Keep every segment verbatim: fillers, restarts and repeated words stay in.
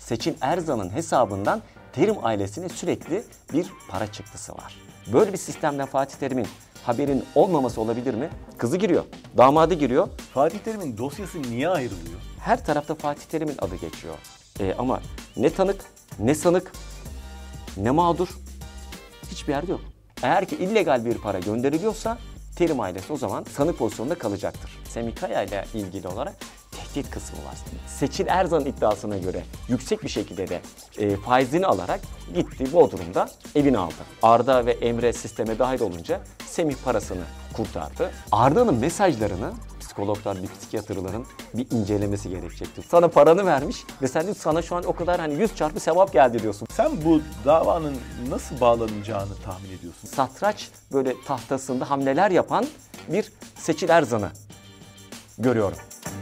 Seçil Erzan'ın hesabından Terim ailesine sürekli bir para çıktısı var. Böyle bir sistemden Fatih Terim'in haberin olmaması olabilir mi? Kızı giriyor, damadı giriyor. Fatih Terim'in dosyası niye ayrılıyor? Her tarafta Fatih Terim'in adı geçiyor. E, ama ne tanık, ne sanık, ne mağdur hiçbir yerde yok. Eğer ki illegal bir para gönderiliyorsa Terim ailesi o zaman sanık pozisyonunda kalacaktır. Semih Kaya ile ilgili olarak tehdit kısmı var. Seçil Erzan'ın iddiasına göre yüksek bir şekilde de e, faizini alarak gitti Bodrum'da evini aldı. Arda ve Emre sisteme dahil olunca Semih parasını kurtardı. Arda'nın mesajlarını psikologlar, bir psikiyatrların bir incelemesi gerekecektir. Sana paranı vermiş ve sen de sana şu an o kadar hani yüz çarpı sevap geldi diyorsun. Sen bu davanın nasıl bağlanacağını tahmin ediyorsun? Satraç böyle tahtasında hamleler yapan bir Seçil Erzan'ı görüyorum.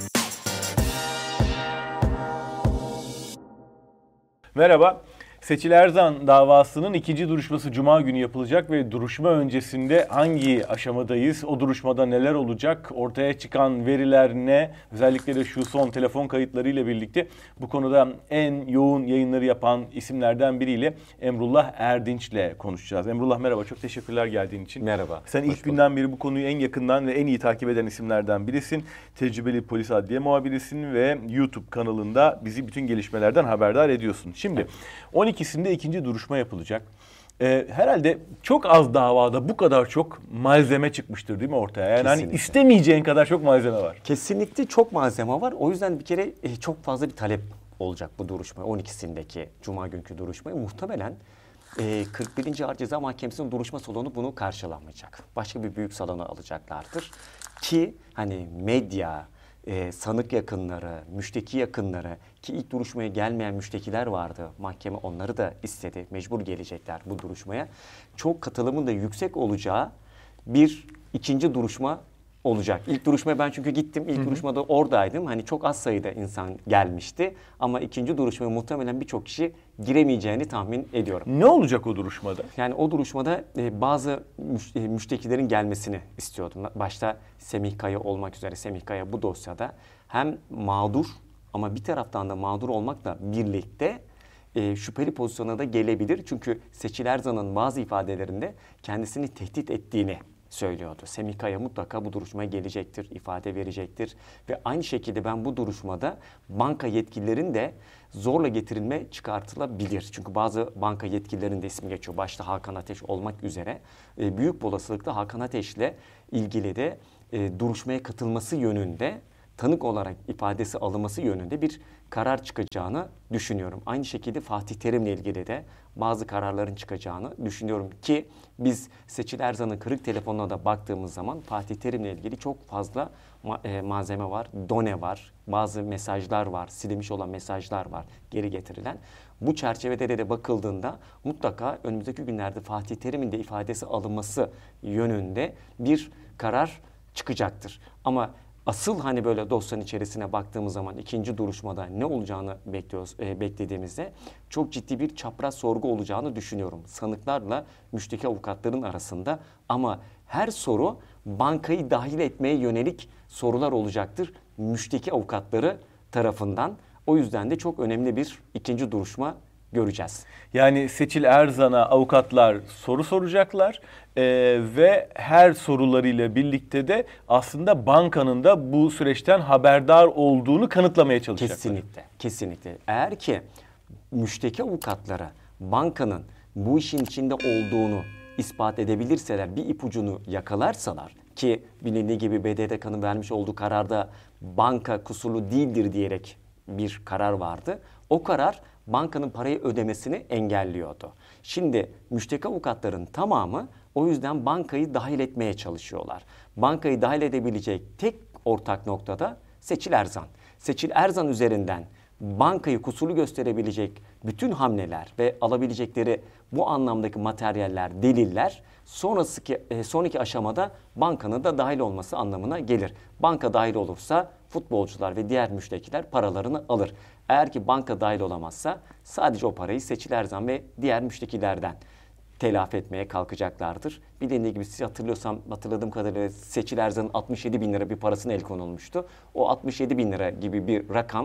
Merhaba. Seçil Erzan davasının ikinci duruşması Cuma günü yapılacak ve duruşma öncesinde hangi aşamadayız? O duruşmada neler olacak? Ortaya çıkan veriler ne? Özellikle de şu son telefon kayıtlarıyla birlikte bu konuda en yoğun yayınları yapan isimlerden biriyle Emrullah Erdinç'le konuşacağız. Emrullah merhaba, çok teşekkürler geldiğin için. Merhaba. Sen ilk günden beri bu konuyu en yakından ve en iyi takip eden isimlerden birisin. Tecrübeli polis adliye muhabirisin ve YouTube kanalında bizi bütün gelişmelerden haberdar ediyorsun. Şimdi evet. on ikisinde ikinci duruşma yapılacak. Ee, herhalde çok az davada bu kadar çok malzeme çıkmıştır değil mi ortaya? Yani hani istemeyeceğin kadar çok malzeme var. Kesinlikle çok malzeme var. O yüzden bir kere e, çok fazla bir talep olacak bu duruşma. on ikisindeki Cuma günkü duruşmayı muhtemelen e, kırk birinci Ağır Ceza Mahkemesi'nin duruşma salonu bunu karşılamayacak. Başka bir büyük salonu alacaklardır. Ki hani medya, Ee, sanık yakınları, müşteki yakınları ki ilk duruşmaya gelmeyen müştekiler vardı. Mahkeme onları da istedi. Mecbur gelecekler bu duruşmaya. Çok katılımın da yüksek olacağı bir ikinci duruşma olacak. İlk duruşmaya ben çünkü gittim. İlk hı hı. duruşmada oradaydım. Hani çok az sayıda insan gelmişti. Ama ikinci duruşmaya muhtemelen birçok kişi giremeyeceğini tahmin ediyorum. Ne olacak o duruşmada? Yani o duruşmada e, bazı müş, e, müştekilerin gelmesini istiyordum. Başta Semih Kaya olmak üzere. Semih Kaya bu dosyada hem mağdur ama bir taraftan da mağdur olmakla birlikte e, şüpheli pozisyona da gelebilir. Çünkü Seçil Erzan'ın bazı ifadelerinde kendisini tehdit ettiğini söylüyordu. Semih Kaya mutlaka bu duruşmaya gelecektir, ifade verecektir. Ve aynı şekilde ben bu duruşmada banka yetkililerin de zorla getirilme çıkartılabilir. Çünkü bazı banka yetkililerinin de ismi geçiyor. Başta Hakan Ateş olmak üzere. E, büyük bir olasılıkla Hakan Ateş'le ilgili de e, duruşmaya katılması yönünde, tanık olarak ifadesi alınması yönünde bir karar çıkacağını düşünüyorum. Aynı şekilde Fatih Terim'le ilgili de bazı kararların çıkacağını düşünüyorum ki biz Seçil Erzan'ın kırık telefonuna da baktığımız zaman Fatih Terim'le ilgili çok fazla ma- e, malzeme var, done var, bazı mesajlar var, silinmiş olan mesajlar var geri getirilen. Bu çerçevede de bakıldığında mutlaka önümüzdeki günlerde Fatih Terim'in de ifadesi alınması yönünde bir karar çıkacaktır. Ama asıl hani böyle dosyanın içerisine baktığımız zaman ikinci duruşmada ne olacağını bekliyoruz, e, beklediğimizde çok ciddi bir çapraz sorgu olacağını düşünüyorum. Sanıklarla müşteki avukatların arasında ama her soru bankayı dahil etmeye yönelik sorular olacaktır müşteki avukatları tarafından. O yüzden de çok önemli bir ikinci duruşma göreceğiz. Yani Seçil Erzan'a avukatlar soru soracaklar ee, ve her sorularıyla birlikte de aslında bankanın da bu süreçten haberdar olduğunu kanıtlamaya çalışacaklar. Kesinlikle, kesinlikle. Eğer ki müşteki avukatlara bankanın bu işin içinde olduğunu ispat edebilirseler, bir ipucunu yakalarsalar ki bilindiği gibi B D D K'nın vermiş olduğu kararda banka kusurlu değildir diyerek bir karar vardı. O karar bankanın parayı ödemesini engelliyordu. Şimdi müşteki avukatların tamamı o yüzden bankayı dahil etmeye çalışıyorlar. Bankayı dahil edebilecek tek ortak noktada Seçil Erzan. Seçil Erzan üzerinden bankayı kusurlu gösterebilecek bütün hamleler ve alabilecekleri bu anlamdaki materyaller, deliller sonraki, sonraki aşamada bankanın da dahil olması anlamına gelir. Banka dahil olursa futbolcular ve diğer müştekiler paralarını alır. Eğer ki banka dahil olamazsa sadece o parayı Seçil Erzan ve diğer müştekilerden telafi etmeye kalkacaklardır. Bilindiği gibi siz hatırlıyorsam hatırladığım kadarıyla Seçil Erzan'ın altmış yedi bin lira bir parasına el konulmuştu. O altmış yedi bin lira gibi bir rakam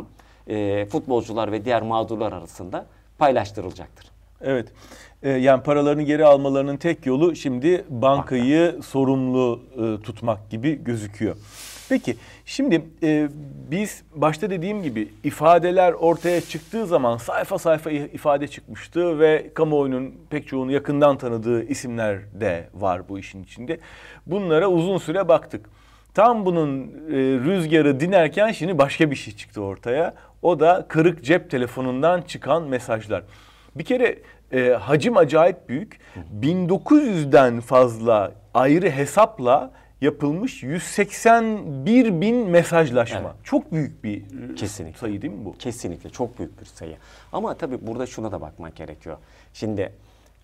e, futbolcular ve diğer mağdurlar arasında paylaştırılacaktır. Evet. Ee, yani paralarını geri almalarının tek yolu şimdi bankayı Banka. sorumlu e, tutmak gibi gözüküyor. Peki şimdi e, biz başta dediğim gibi ifadeler ortaya çıktığı zaman sayfa sayfa ifade çıkmıştı ve kamuoyunun pek çoğunu yakından tanıdığı isimler de var bu işin içinde. Bunlara uzun süre baktık. Tam bunun e, rüzgarı dinerken şimdi başka bir şey çıktı ortaya. O da kırık cep telefonundan çıkan mesajlar. Bir kere e, hacim acayip büyük. bin dokuz yüzden fazla ayrı hesapla yapılmış yüz seksen bir bin mesajlaşma. Evet. Çok büyük bir Kesinlikle. sayı değil mi bu? Kesinlikle çok büyük bir sayı. Ama tabii burada şuna da bakmak gerekiyor. Şimdi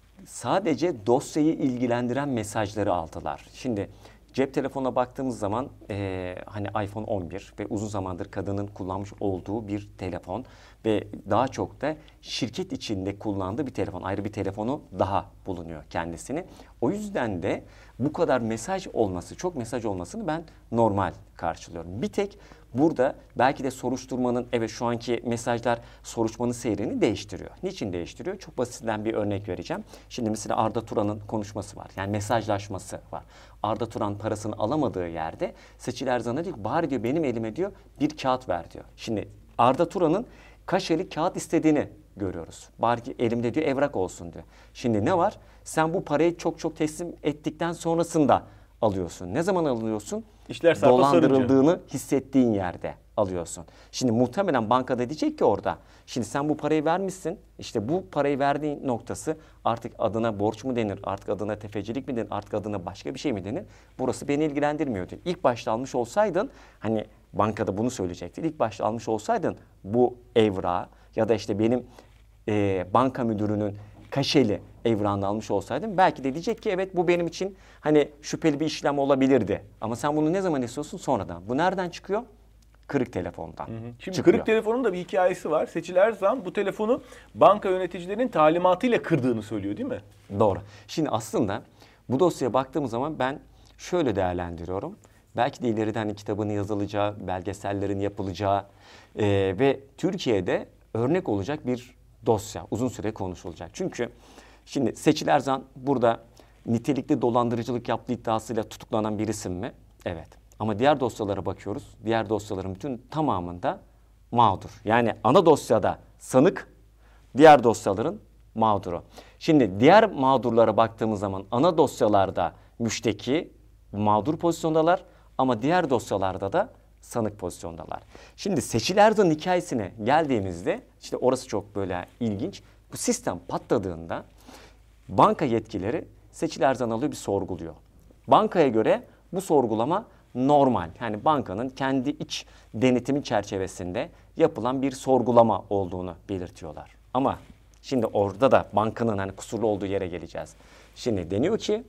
sadece dosyayı ilgilendiren mesajları aldılar. Şimdi cep telefonuna baktığımız zaman e, hani iPhone on bir ve uzun zamandır kadının kullanmış olduğu bir telefon ve daha çok da şirket içinde kullandığı bir telefon. Ayrı bir telefonu daha bulunuyor kendisini. O yüzden de bu kadar mesaj olması, çok mesaj olmasını ben normal karşılıyorum. Bir tek burada belki de soruşturmanın, evet şu anki mesajlar soruşturmanın seyrini değiştiriyor. Niçin değiştiriyor? Çok basitinden bir örnek vereceğim. Şimdi mesela Arda Turan'ın konuşması var. Yani mesajlaşması var. Arda Turan parasını alamadığı yerde Seçil Erzan'a diyor bari diyor benim elime diyor bir kağıt ver diyor. Şimdi Arda Turan'ın kaşeli kağıt istediğini görüyoruz. Bari elimde diyor evrak olsun diyor. Şimdi ne var? Sen bu parayı çok çok teslim ettikten sonrasında alıyorsun. Ne zaman alıyorsun? İşler dolandırıldığını sarınca. hissettiğin yerde alıyorsun. Şimdi muhtemelen bankada diyecek ki orada. Şimdi sen bu parayı vermişsin. İşte bu parayı verdiğin noktası artık adına borç mu denir? Artık adına tefecilik mi denir? Artık adına başka bir şey mi denir? Burası beni ilgilendirmiyor diyor. İlk başta almış olsaydın hani bankada bunu söyleyecektin. İlk başta almış olsaydın bu evrağı ya da işte benim e, banka müdürünün kaşeli evrağını almış olsaydım belki de diyecek ki evet bu benim için hani şüpheli bir işlem olabilirdi. Ama sen bunu ne zaman istiyorsun? Sonradan. Bu nereden çıkıyor? Kırık telefondan. Hı hı. Şimdi çıkıyor. Kırık telefonun da bir hikayesi var. Seçil Erzan bu telefonu banka yöneticilerinin talimatıyla kırdığını söylüyor değil mi? Doğru. Şimdi aslında bu dosyaya baktığımız zaman ben şöyle değerlendiriyorum. Belki de ileride hani kitabının yazılacağı, belgesellerin yapılacağı e, ve Türkiye'de örnek olacak bir dosya uzun süre konuşulacak. Çünkü şimdi Seçil Erzan burada nitelikli dolandırıcılık yaptığı iddiasıyla tutuklanan bir isim mi? Evet. Ama diğer dosyalara bakıyoruz. Diğer dosyaların bütün tamamında mağdur. Yani ana dosyada sanık, diğer dosyaların mağduru. Şimdi diğer mağdurlara baktığımız zaman ana dosyalarda müşteki, mağdur pozisyondalar ama diğer dosyalarda da sanık pozisyondalar. Şimdi Seçil Erzan'ın hikayesine geldiğimizde işte orası çok böyle ilginç. Bu sistem patladığında banka yetkileri Seçil Erzan alıyor bir sorguluyor. Bankaya göre bu sorgulama normal. Yani bankanın kendi iç denetimi çerçevesinde yapılan bir sorgulama olduğunu belirtiyorlar. Ama şimdi orada da bankanın hani kusurlu olduğu yere geleceğiz. Şimdi deniyor ki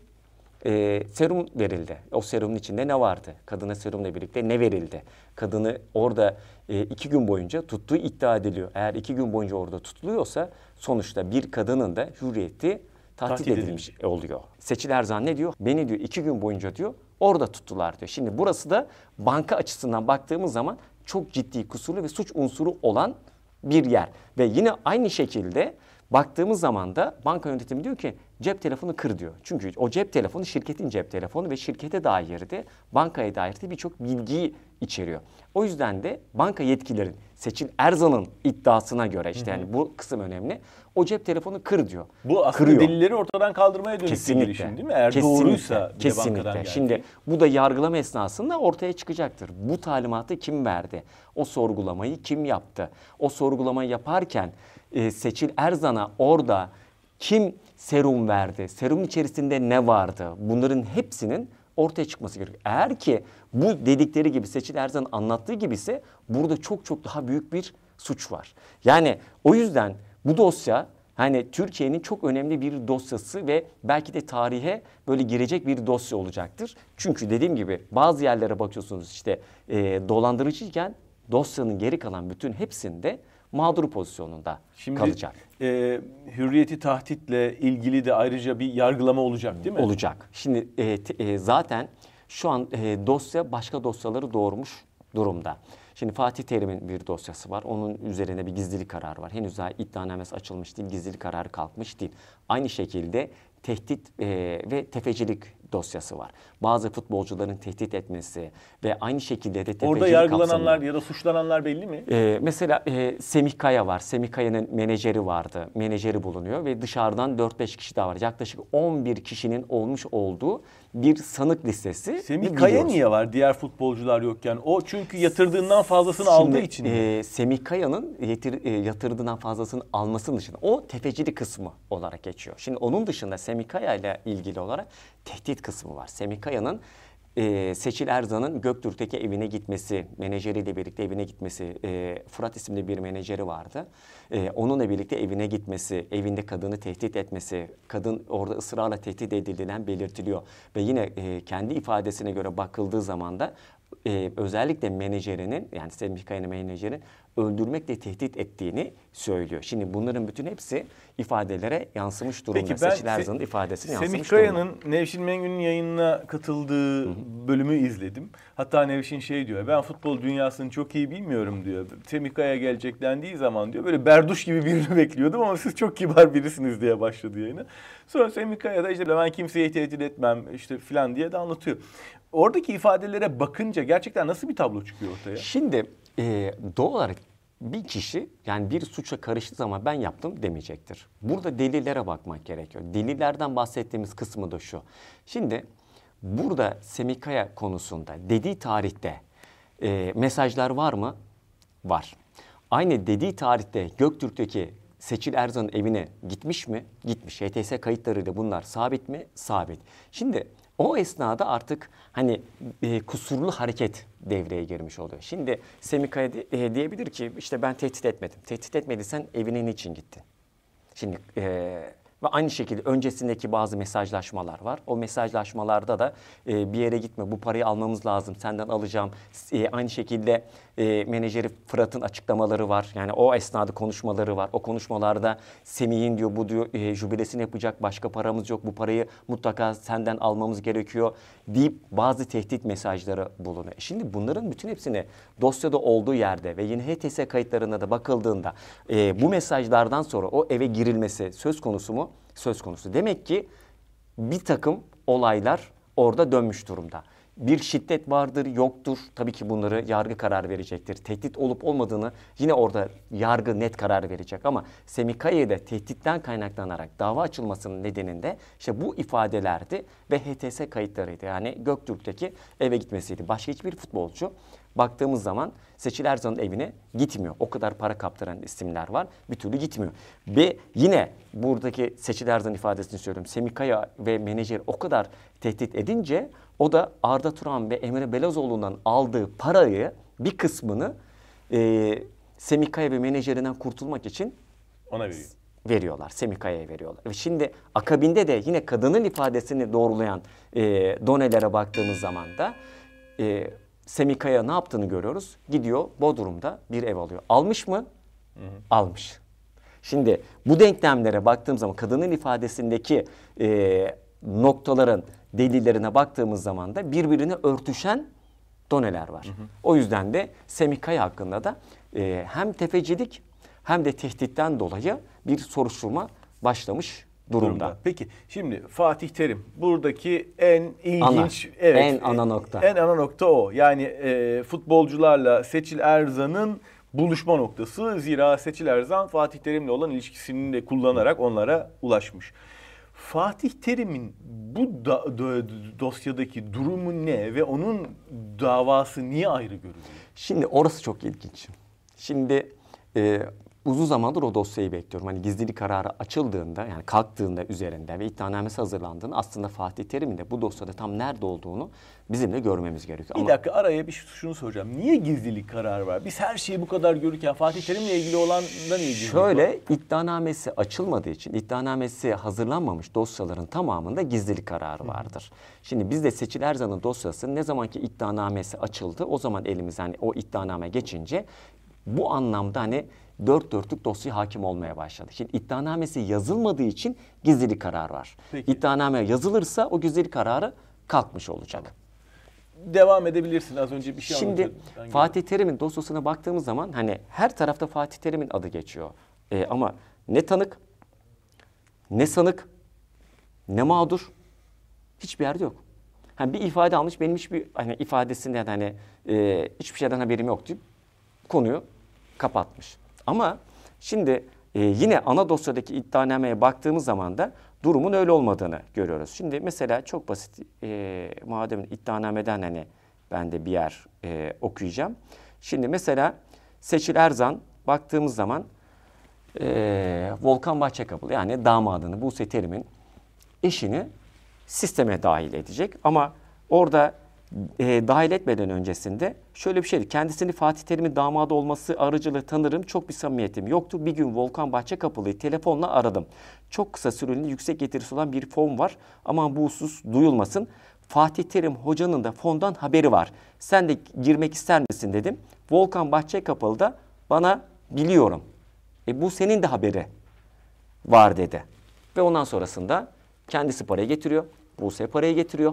e, serum verildi. O serumun içinde ne vardı? Kadına serumla birlikte ne verildi? Kadını orada e, iki gün boyunca tuttuğu iddia ediliyor. Eğer iki gün boyunca orada tutuluyorsa sonuçta bir kadının da hürriyeti tahdit, tahdit edilmiş edilmiş oluyor. Seçil Erzan ne diyor? Beni diyor iki gün boyunca diyor orada tuttular diyor. Şimdi burası da banka açısından baktığımız zaman çok ciddi kusurlu ve suç unsuru olan bir yer. Ve yine aynı şekilde baktığımız zaman da banka yönetimi diyor ki cep telefonu kır diyor. Çünkü o cep telefonu şirketin cep telefonu ve şirkete dair de bankaya dair de birçok bilgiyi içeriyor. O yüzden de banka yetkililerin Seçil Erzan'ın iddiasına göre işte hı hı. yani bu kısım önemli. O cep telefonu kır diyor. Bu aslında kırıyor. Delilleri ortadan kaldırmaya dönük bir girişim değil mi? Eğer kesinlikle, doğruysa bir kesinlikle. de bankadan geldi. Şimdi bu da yargılama esnasında ortaya çıkacaktır. Bu talimatı kim verdi? O sorgulamayı kim yaptı? O sorgulamayı yaparken e, Seçil Erzan'a orada kim serum verdi? Serumun içerisinde ne vardı? Bunların hepsinin ortaya çıkması gerekiyor. Eğer ki bu dedikleri gibi Seçil Erzan'ın anlattığı gibi ise burada çok çok daha büyük bir suç var. Yani o yüzden bu dosya hani Türkiye'nin çok önemli bir dosyası ve belki de tarihe böyle girecek bir dosya olacaktır. Çünkü dediğim gibi bazı yerlere bakıyorsunuz işte e, dolandırıcıyken dosyanın geri kalan bütün hepsinde mağdur pozisyonunda Şimdi, kalacak. E, hürriyeti tahtitle ilgili de ayrıca bir yargılama olacak değil mi? Olacak. Şimdi e, te, e, zaten şu an e, dosya başka dosyaları doğurmuş durumda. Şimdi Fatih Terim'in bir dosyası var. Onun üzerine bir gizlilik kararı var. Henüz daha iddianamesi açılmış değil, gizlilik kararı kalkmış değil. Aynı şekilde tehdit e, ve tefecilik dosyası var. Bazı futbolcuların tehdit etmesi ve aynı şekilde de tefecilik Orada yargılananlar kapsamında. ya da suçlananlar belli mi? Ee, mesela e, Semih Kaya var. Semih Kaya'nın menajeri vardı. Menajeri bulunuyor ve dışarıdan dört beş kişi daha var. Yaklaşık on bir kişinin olmuş olduğu bir sanık listesi. Semih Kaya biliyoruz. niye var diğer futbolcular yokken? O çünkü yatırdığından fazlasını Şimdi, aldığı için mi? E, Semih Kaya'nın yetir, e, yatırdığından fazlasını almasının dışında o tefecilik kısmı olarak geçiyor. Şimdi onun dışında Semih Kaya ile ilgili olarak tehdit kısmı var. Semih Kaya'nın e, Seçil Erzan'ın Göktürk'teki evine gitmesi, menajeriyle birlikte evine gitmesi, e, Fırat isimli bir menajeri vardı. E, onunla birlikte evine gitmesi, evinde kadını tehdit etmesi, kadın orada ısrarla tehdit edildiğinden belirtiliyor. Ve yine e, kendi ifadesine göre bakıldığı zaman da Ee, özellikle menajerinin, yani Semih Kaya'nın menajerin öldürmekle tehdit ettiğini söylüyor. Şimdi bunların bütün hepsi ifadelere yansımış durumda. Peki ben Seçil Erzan'ın Se- ifadesine Semih yansımış durumda. Kaya'nın Nevşin Mengü'nün yayınına katıldığı hı hı. bölümü izledim. Hatta Nevşin şey diyor, ben futbol dünyasını çok iyi bilmiyorum diyor. Semih Kaya gelecek dendiği zaman diyor, böyle berduş gibi birini bekliyordum ama siz çok kibar birisiniz diye başladı yayına. Sonra Semih Kaya da işte ben kimseyi tehdit etmem işte filan diye de anlatıyor. Oradaki ifadelere bakınca gerçekten nasıl bir tablo çıkıyor ortaya? Şimdi e, doğal olarak bir kişi yani bir suça karıştığı zaman ben yaptım demeyecektir. Burada delillere bakmak gerekiyor. Delillerden bahsettiğimiz kısmı da şu. Şimdi burada Semih Kaya konusunda dediği tarihte e, mesajlar var mı? Var. Aynı dediği tarihte Göktürk'teki Seçil Erzan'ın evine gitmiş mi? Gitmiş. H T S kayıtlarıyla bunlar sabit mi? Sabit. Şimdi o esnada artık hani e, kusurlu hareket devreye girmiş oluyor. Şimdi Semih Kaya de, e, diyebilir ki işte ben tehdit etmedim. Tehdit etmediysen evine niçin gittin? Şimdi e, ve aynı şekilde öncesindeki bazı mesajlaşmalar var. O mesajlaşmalarda da e, bir yere gitme, bu parayı almamız lazım, senden alacağım. E, aynı şekilde e, menajeri Fırat'ın açıklamaları var. Yani o esnada konuşmaları var. O konuşmalarda Semih'in diyor bu diyor e, jübilesini yapacak, başka paramız yok. Bu parayı mutlaka senden almamız gerekiyor deyip bazı tehdit mesajları bulunuyor. Şimdi bunların bütün hepsini dosyada olduğu yerde ve yine H T S kayıtlarına da bakıldığında e, bu mesajlardan sonra o eve girilmesi söz konusu mu? Söz konusu. Demek ki bir takım olaylar orada dönmüş durumda. Bir şiddet vardır, yoktur. Tabii ki bunları yargı karar verecektir. Tehdit olup olmadığını yine orada yargı net karar verecek. Ama Semih Kaya'da tehditten kaynaklanarak dava açılmasının nedeninde işte bu ifadelerdi ve H T S kayıtlarıydı. Yani Göktürk'teki eve gitmesiydi. Başka hiçbir futbolcu baktığımız zaman Seçil Erzan'ın evine gitmiyor. O kadar para kaptıran isimler var. Bir türlü gitmiyor. Ve yine buradaki Seçil Erzan ifadesini söylüyorum. Semih Kaya ve menajer o kadar tehdit edince o da Arda Turan ve Emre Belezoğlu'ndan aldığı parayı bir kısmını e, Semih Kaya ve menajerinden kurtulmak için ona veriyor. veriyorlar. Semih Kaya'ya veriyorlar. Ve şimdi akabinde de yine kadının ifadesini doğrulayan e, donelere baktığımız zaman da e, Semih Kaya ne yaptığını görüyoruz. Gidiyor Bodrum'da bir ev alıyor. Almış mı? Hı hı. Almış. Şimdi bu denklemlere baktığım zaman kadının ifadesindeki e, noktaların delillerine baktığımız zaman da birbirine örtüşen doneler var. Hı hı. O yüzden de Semih Kaya hakkında da e, hem tefecilik hem de tehditten dolayı bir soruşturma başlamış durumda. durumda. Peki şimdi Fatih Terim buradaki en ilginç, ana, evet, en ana nokta. En ana nokta o. Yani e, futbolcularla Seçil Erzan'ın buluşma noktası. Zira Seçil Erzan Fatih Terim'le olan ilişkisini de kullanarak onlara ulaşmış. Fatih Terim'in bu da, do, dosyadaki durumu ne ve onun davası niye ayrı görülüyor? Şimdi orası çok ilginç. Şimdi e, uzun zamandır o dosyayı bekliyorum. Hani gizlilik kararı açıldığında yani kalktığında üzerinde ve iddianamesi hazırlandığında aslında Fatih Terim'in de bu dosyada tam nerede olduğunu bizim de görmemiz gerekiyor. Bir Ama dakika araya bir şunu soracağım. Niye gizlilik kararı var? Biz her şeyi bu kadar görürken Fatih Terim'le ilgili olandan niye gizlilik var? Şöyle iddianamesi açılmadığı için iddianamesi hazırlanmamış dosyaların tamamında gizlilik kararı vardır. Şimdi biz de Seçil Erzan'ın dosyası ne zamanki iddianamesi açıldı o zaman elimiz hani o iddianame geçince bu anlamda hani dört dörtlük dosya hakim olmaya başladı. Şimdi iddianamesi yazılmadığı için gizlilik kararı var. Peki. İddianame yazılırsa o gizlilik kararı kalkmış olacak. devam edebilirsin. Az önce bir şey Şimdi anlatıyordun. Fatih Terim'in dosyasına baktığımız zaman hani her tarafta Fatih Terim'in adı geçiyor. Ee, ama ne tanık, ne sanık, ne mağdur, hiçbir yerde yok. Hani bir ifade almış, benim hiçbir hani ifadesinden hani e, hiçbir şeyden haberim yok deyip konuyu kapatmış. Ama şimdi e, yine ana dosyadaki iddianameye baktığımız zaman da durumun öyle olmadığını görüyoruz. Şimdi mesela çok basit, e, madem iddianameden hani ben de bir yer e, okuyacağım. Şimdi mesela Seçil Erzan baktığımız zaman e, Volkan Bahçekapılı yani damadını Buse Terim'in eşini sisteme dahil edecek. Ama orada e, dahil etmeden öncesinde şöyle bir şeydi. Kendisini Fatih Terim'in damadı olması aracılığı tanırım. Çok bir samimiyetim yoktu. Bir gün Volkan Bahçekapılı'yı telefonla aradım. Çok kısa süreli yüksek getirisi olan bir fon var. Ama bu husus duyulmasın. Fatih Terim hocanın da fondan haberi var. Sen de girmek ister misin dedim. Volkan Bahçekapalı da bana biliyorum. E, bu senin de haberi var dedi. Ve ondan sonrasında kendisi parayı getiriyor. Buse parayı getiriyor.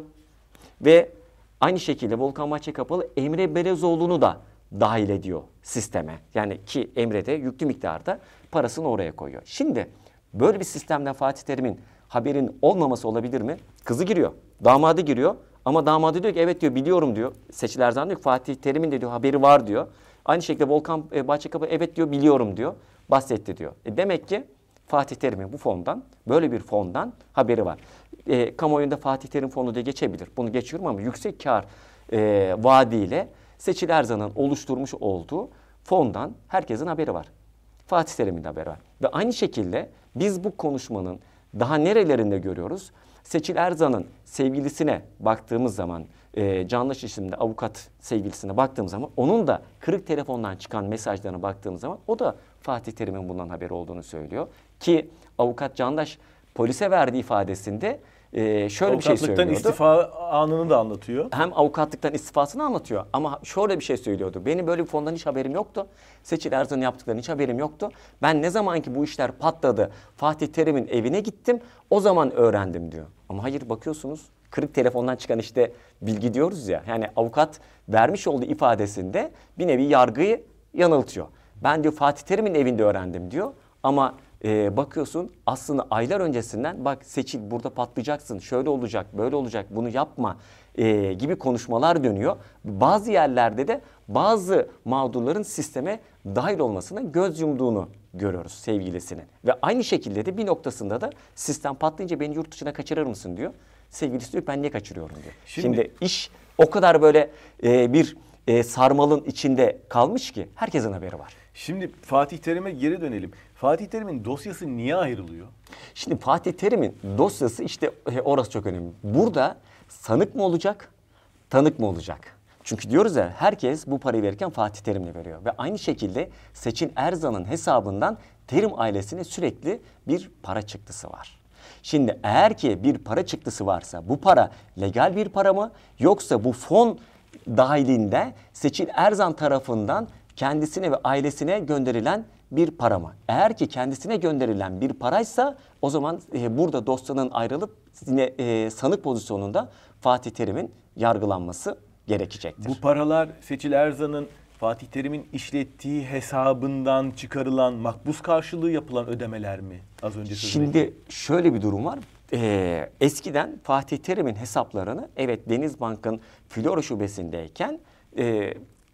Ve aynı şekilde Volkan Bahçekapalı Emre Belezoğlu'nu da dahil ediyor sisteme. Yani ki Emre de yüklü miktarda parasını oraya koyuyor. Şimdi böyle bir sistemden Fatih Terim'in haberin olmaması olabilir mi? Kızı giriyor. Damadı giriyor. Ama damadı diyor ki evet diyor biliyorum diyor. Seçil Erzan diyor ki Fatih Terim'in de diyor haberi var diyor. Aynı şekilde Volkan Bahçekapalı evet diyor biliyorum diyor. Bahsetti diyor. E demek ki Fatih Terim'in bu fondan, böyle bir fondan haberi var. E, kamuoyunda Fatih Terim fonu diye geçebilir. Bunu geçiyorum ama yüksek kar e, vaadiyle Seçil Erzan'ın oluşturmuş olduğu fondan herkesin haberi var. Fatih Terim'in de haberi var. Ve aynı şekilde biz bu konuşmanın daha nerelerinde görüyoruz? Seçil Erzan'ın sevgilisine baktığımız zaman, e, Candaş isimli avukat sevgilisine baktığımız zaman onun da kırık telefondan çıkan mesajlarına baktığımız zaman o da Fatih Terim'in bundan haberi olduğunu söylüyor. Ki avukat Candaş polise verdiği ifadesinde e, şöyle bir şey söylüyordu. Avukatlıktan istifa anını da anlatıyor. Hem avukatlıktan istifasını anlatıyor ama şöyle bir şey söylüyordu. Benim böyle bir fondan hiç haberim yoktu. Seçil Erzan'ın yaptıklarının hiç haberim yoktu. Ben ne zaman ki bu işler patladı Fatih Terim'in evine gittim o zaman öğrendim diyor. Ama hayır bakıyorsunuz kırık telefondan çıkan işte bilgi diyoruz ya. Yani avukat vermiş olduğu ifadesinde bir nevi yargıyı yanıltıyor. Ben diyor Fatih Terim'in evinde öğrendim diyor ama e, bakıyorsun aslında aylar öncesinden bak Seçil burada patlayacaksın, şöyle olacak, böyle olacak, bunu yapma e, gibi konuşmalar dönüyor. Bazı yerlerde de bazı mağdurların sisteme dahil olmasına göz yumduğunu görüyoruz sevgilisinin. Ve aynı şekilde de bir noktasında da sistem patlayınca beni yurt dışına kaçırır mısın diyor. Sevgilisi diyor ben niye kaçırıyorum diyor. Şimdi, Şimdi iş o kadar böyle e, bir e, sarmalın içinde kalmış ki herkesin haberi var. Şimdi Fatih Terim'e geri dönelim. Fatih Terim'in dosyası niye ayrılıyor? Şimdi Fatih Terim'in dosyası işte e, orası çok önemli. Burada sanık mı olacak, tanık mı olacak? Çünkü diyoruz ya herkes bu parayı verirken Fatih Terim'le veriyor. Ve aynı şekilde Seçil Erzan'ın hesabından Terim ailesine sürekli bir para çıktısı var. Şimdi eğer ki bir para çıktısı varsa bu para legal bir para mı yoksa bu fon dahilinde Seçil Erzan tarafından kendisine ve ailesine gönderilen bir para mı? Eğer ki kendisine gönderilen bir paraysa o zaman e, burada dosyanın ayrılıp yine e, sanık pozisyonunda Fatih Terim'in yargılanması gerekecektir. Bu paralar Seçil Erzan'ın Fatih Terim'in işlettiği hesabından çıkarılan makbuz karşılığı yapılan ödemeler mi? Az önce sözünü Şimdi ettim. şöyle bir durum var. Ee, eskiden Fatih Terim'in hesaplarını evet Denizbank'ın Flora şubesindeyken e,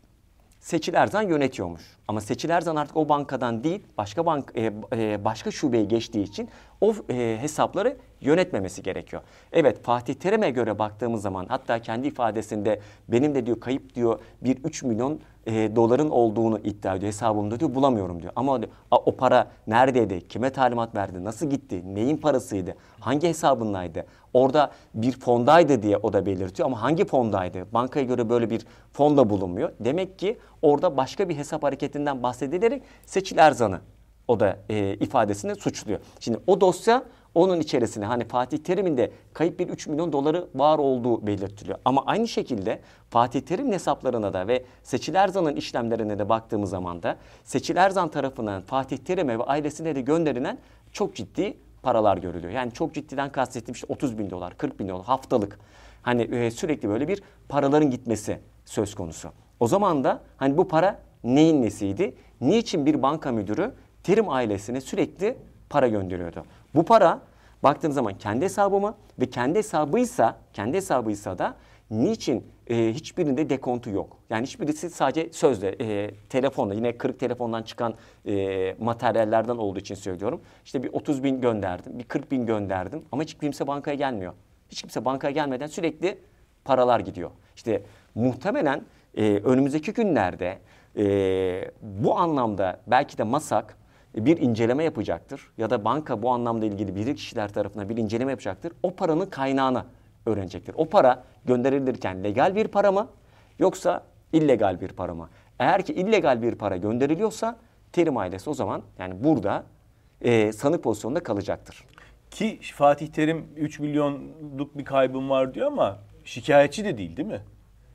Seçil Erzan yönetiyormuş. Ama Seçil Erzan artık o bankadan değil başka bank e, e, başka şubeye geçtiği için o e, hesapları yönetmemesi gerekiyor. Evet Fatih Terim'e göre baktığımız zaman hatta kendi ifadesinde benim de diyor kayıp diyor bir üç milyon e, doların olduğunu iddia ediyor. Hesabımda diyor bulamıyorum diyor. Ama diyor, o para neredeydi? Kime talimat verdi? Nasıl gitti? Neyin parasıydı? Hangi hesabındaydı? Orada bir fondaydı diye o da belirtiyor ama hangi fondaydı? Bankaya göre böyle bir fonda bulunmuyor. Demek ki orada başka bir hesap hareketinden bahsedilerek Seçil Erzan'ı o da e, ifadesini suçluyor. Şimdi o dosya onun içerisine hani Fatih Terim'in de kayıp bir üç milyon doları var olduğu belirtiliyor. Ama aynı şekilde Fatih Terim'in hesaplarına da ve Seçil Erzan'ın işlemlerine de baktığımız zaman da Seçil Erzan tarafından Fatih Terim'e ve ailesine de gönderilen çok ciddi paralar görülüyor. Yani çok ciddiden kastettiğim işte otuz bin dolar, kırk bin dolar haftalık. Hani e, sürekli böyle bir paraların gitmesi söz konusu. O zaman da hani bu para neyin nesiydi? Niçin bir banka müdürü Terim ailesine sürekli para gönderiyordu? Bu para baktığım zaman kendi hesabı mı ve kendi hesabıysa, kendi hesabıysa da niçin e, hiçbirinde dekontu yok? Yani hiçbirisi sadece sözle, e, telefonla, yine kırık telefondan çıkan e, materyallerden olduğu için söylüyorum. İşte bir otuz bin gönderdim, bir kırk bin gönderdim ama hiç kimse bankaya gelmiyor. Hiç kimse bankaya gelmeden sürekli paralar gidiyor. İşte muhtemelen e, önümüzdeki günlerde e, bu anlamda belki de MASAK bir inceleme yapacaktır. Ya da banka bu anlamda ilgili bilir kişiler tarafından bir inceleme yapacaktır. O paranın kaynağını öğrenecektir. O para gönderilirken legal bir para mı yoksa illegal bir para mı? Eğer ki illegal bir para gönderiliyorsa Terim ailesi o zaman yani burada e, sanık pozisyonunda kalacaktır. Ki Fatih Terim üç milyonluk bir kaybım var diyor ama şikayetçi de değil değil mi?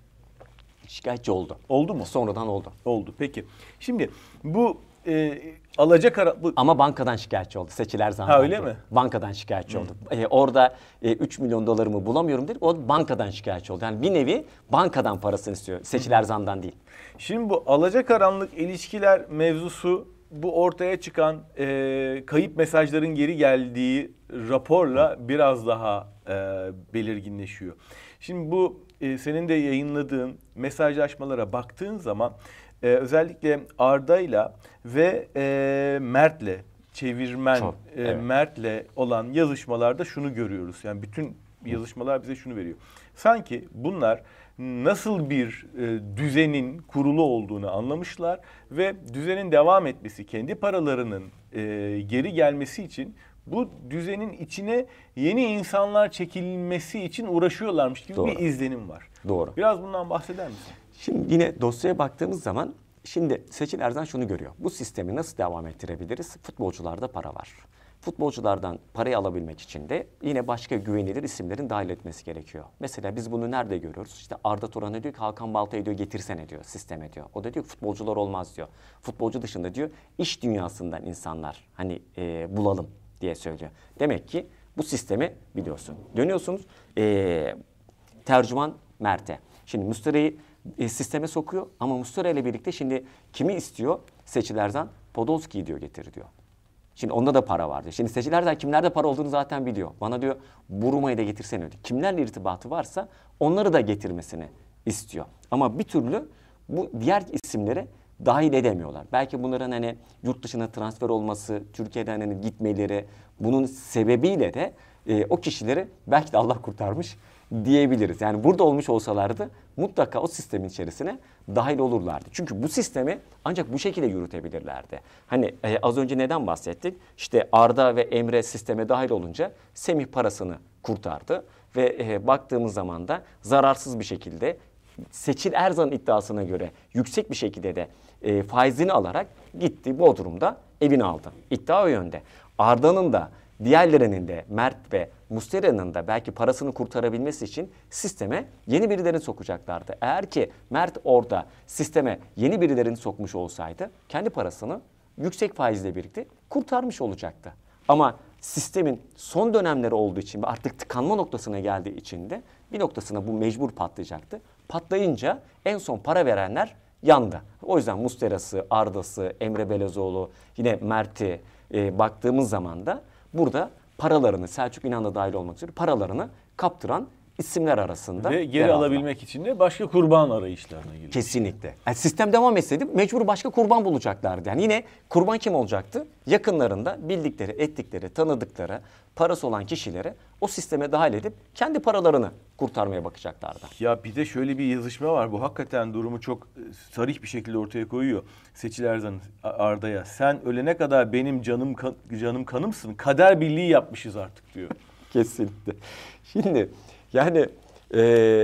Şikayetçi oldu. Oldu mu? Sonradan oldu. Oldu. Peki. Şimdi bu e, alacakara... Bu... Ama bankadan şikayetçi oldu. Seçiler zamanı. Ha öyle mi? Bankadan şikayetçi oldu. Ee, orada e, üç milyon dolarımı bulamıyorum dedi. O bankadan şikayetçi oldu. Yani bir nevi bankadan parasını istiyor. Seçiler zandan değil. Şimdi bu alacakaranlık ilişkiler mevzusu bu ortaya çıkan e, kayıp mesajların geri geldiği raporla biraz daha e, belirginleşiyor. Şimdi bu e, senin de yayınladığın mesajlaşmalara baktığın zaman e, özellikle Arda'yla ve e, Mert'le çevirmen Çok, e, evet. Mert'le olan yazışmalarda şunu görüyoruz. Yani bütün yazışmalar bize şunu veriyor. Sanki bunlar nasıl bir e, düzenin kurulu olduğunu anlamışlar ve düzenin devam etmesi, kendi paralarının e, geri gelmesi için bu düzenin içine yeni insanlar çekilmesi için uğraşıyorlarmış gibi Doğru. bir izlenim var. Doğru. Biraz bundan bahseder misin? Şimdi yine dosyaya baktığımız zaman şimdi Seçil Erzan şunu görüyor. Bu sistemi nasıl devam ettirebiliriz? Futbolcularda para var. Futbolculardan parayı alabilmek için de yine başka güvenilir isimlerin dahil etmesi gerekiyor. Mesela biz bunu nerede görüyoruz? İşte Arda Turan'a diyor ki Hakan Balta'yı diyor getirsene diyor sisteme diyor. O da diyor ki futbolcular olmaz diyor. Futbolcu dışında diyor iş dünyasından insanlar hani e, bulalım diye söylüyor. Demek ki bu sistemi biliyorsun. Dönüyorsunuz e, tercüman Mert'e. Şimdi Muslera'yı e, sisteme sokuyor ama Muslera ile birlikte şimdi kimi istiyor? Seçil Erzan Podolski'yi diyor getir diyor. Şimdi onda da para var diyor. Şimdi Seçil Erzan kimlerde para olduğunu zaten biliyor. Bana diyor Buruma'yı da getirsene diyor. Kimlerle irtibatı varsa onları da getirmesini istiyor. Ama bir türlü bu diğer isimlere dahil edemiyorlar. Belki bunların hani yurt dışına transfer olması, Türkiye'den hani gitmeleri bunun sebebiyle de e, o kişileri belki de Allah kurtarmış diyebiliriz. Yani burada olmuş olsalardı mutlaka o sistemin içerisine dahil olurlardı. Çünkü bu sistemi ancak bu şekilde yürütebilirlerdi. Hani e, az önce neden bahsettik? İşte Arda ve Emre sisteme dahil olunca Semih parasını kurtardı ve e, baktığımız zaman da zararsız bir şekilde Seçil Erzan'ın iddiasına göre yüksek bir şekilde de e, faizini alarak gitti Bodrum'da evini aldı. İddia o yönde. Arda'nın da diğerlerinin de Mert ve Muslera'nın da belki parasını kurtarabilmesi için sisteme yeni birilerini sokacaklardı. Eğer ki Mert orada sisteme yeni birilerini sokmuş olsaydı kendi parasını yüksek faizle birlikte kurtarmış olacaktı. Ama sistemin son dönemleri olduğu için ve artık tıkanma noktasına geldiği için de bir noktasına bu mecbur patlayacaktı. Patlayınca en son para verenler yandı. O yüzden Muslera'sı, Arda'sı, Emre Belözoğlu, yine Mert'i e, baktığımız zaman da burada paralarını, Selçuk İnan'da dahil olmak üzere paralarını kaptıran isimler arasında. Ve geri alabilmek için de başka kurban arayışlarına giriyor. Kesinlikle. Yani sistem devam etseydi mecbur başka kurban bulacaklardı. Yani yine kurban kim olacaktı? Yakınlarında bildikleri, ettikleri, tanıdıkları, parası olan kişileri o sisteme dahil edip kendi paralarını kurtarmaya bakacaklardı. Ya bir de şöyle bir yazışma var. Bu hakikaten durumu çok sarih bir şekilde ortaya koyuyor. Seçil Erzan Arda'ya. Sen ölene kadar benim canım kan, canım kanımsın. Kader birliği yapmışız artık diyor. Kesinlikle. Şimdi yani ee,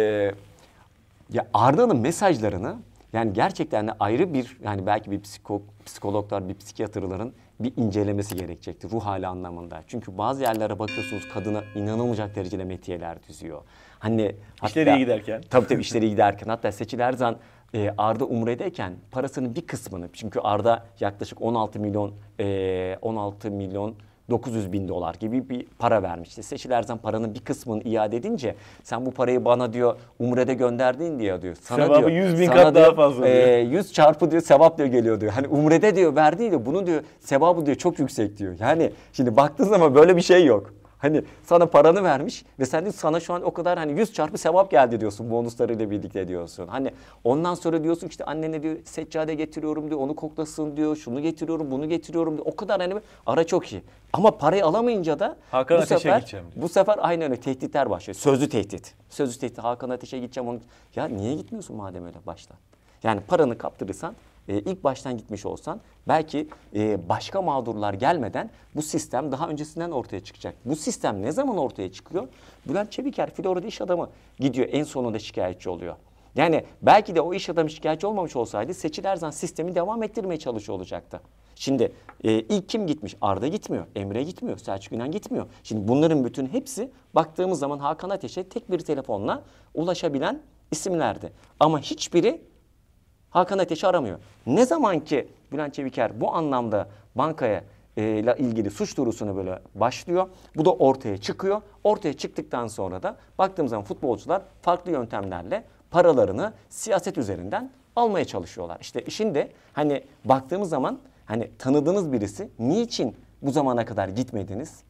ya Arda'nın mesajlarını yani gerçekten de ayrı bir yani belki bir psiko, psikologlar, bir psikiyatrların bir incelemesi gerekecektir ruh hali anlamında. Çünkü bazı yerlere bakıyorsunuz kadına inanılmayacak derecede metiyeler düzüyor. Hani İşleri hatta, iyi giderken. Tabii tabii işleri iyi giderken. Hatta Seçil Erzan e, Arda Umre'deyken parasının bir kısmını çünkü Arda yaklaşık on altı milyon e, on altı milyon dokuz yüz bin dolar gibi bir para vermişti. Seçil Erzan paranın bir kısmını iade edince sen bu parayı bana diyor Umre'de gönderdin diyor diyor. Sana Sevabı diyor, yüz bin sana kat diyor, daha fazla diyor. E, yüz çarpı diyor sevap diyor geliyor diyor. Hani Umre'de diyor verdiği diyor bunun diyor sevabı diyor çok yüksek diyor. Yani şimdi baktığın zaman böyle bir şey yok. Hani sana paranı vermiş ve sen de sana şu an o kadar hani yüz çarpı sevap geldi diyorsun bonuslarıyla birlikte diyorsun. Hani ondan sonra diyorsun işte annene diyor seccade getiriyorum diyor onu koklasın diyor şunu getiriyorum bunu getiriyorum diyor. O kadar hani ara çok iyi. Ama parayı alamayınca da Hakan bu Ateş'e sefer gideceğim diyor. bu sefer aynen öyle tehditler başlıyor. Sözlü tehdit. Sözlü tehdit Hakan Ateş'e gideceğim onu. Ya niye gitmiyorsun madem öyle başta? Yani paranı kaptırırsan e, ilk baştan gitmiş olsan belki e, başka mağdurlar gelmeden bu sistem daha öncesinden ortaya çıkacak. Bu sistem ne zaman ortaya çıkıyor? Bülent Çeviker, Florida iş adamı gidiyor en sonunda şikayetçi oluyor. Yani belki de o iş adamı şikayetçi olmamış olsaydı Seçil Erzan sistemi devam ettirmeye çalışıyor olacaktı. Şimdi e, ilk kim gitmiş? Arda gitmiyor, Emre gitmiyor, Selçuk İnan gitmiyor. Şimdi bunların bütün hepsi baktığımız zaman Hakan Ateş'e tek bir telefonla ulaşabilen isimlerdi. Ama hiçbiri Hakan Ateş'i aramıyor. Ne zaman ki Bülent Çeviker bu anlamda bankaya ile ilgili suç duyurusunu böyle başlıyor. Bu da ortaya çıkıyor. Ortaya çıktıktan sonra da baktığımız zaman futbolcular farklı yöntemlerle paralarını siyaset üzerinden almaya çalışıyorlar. İşte şimdi hani baktığımız zaman hani tanıdığınız birisi niçin bu zamana kadar gitmediniz?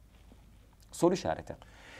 Soru işareti.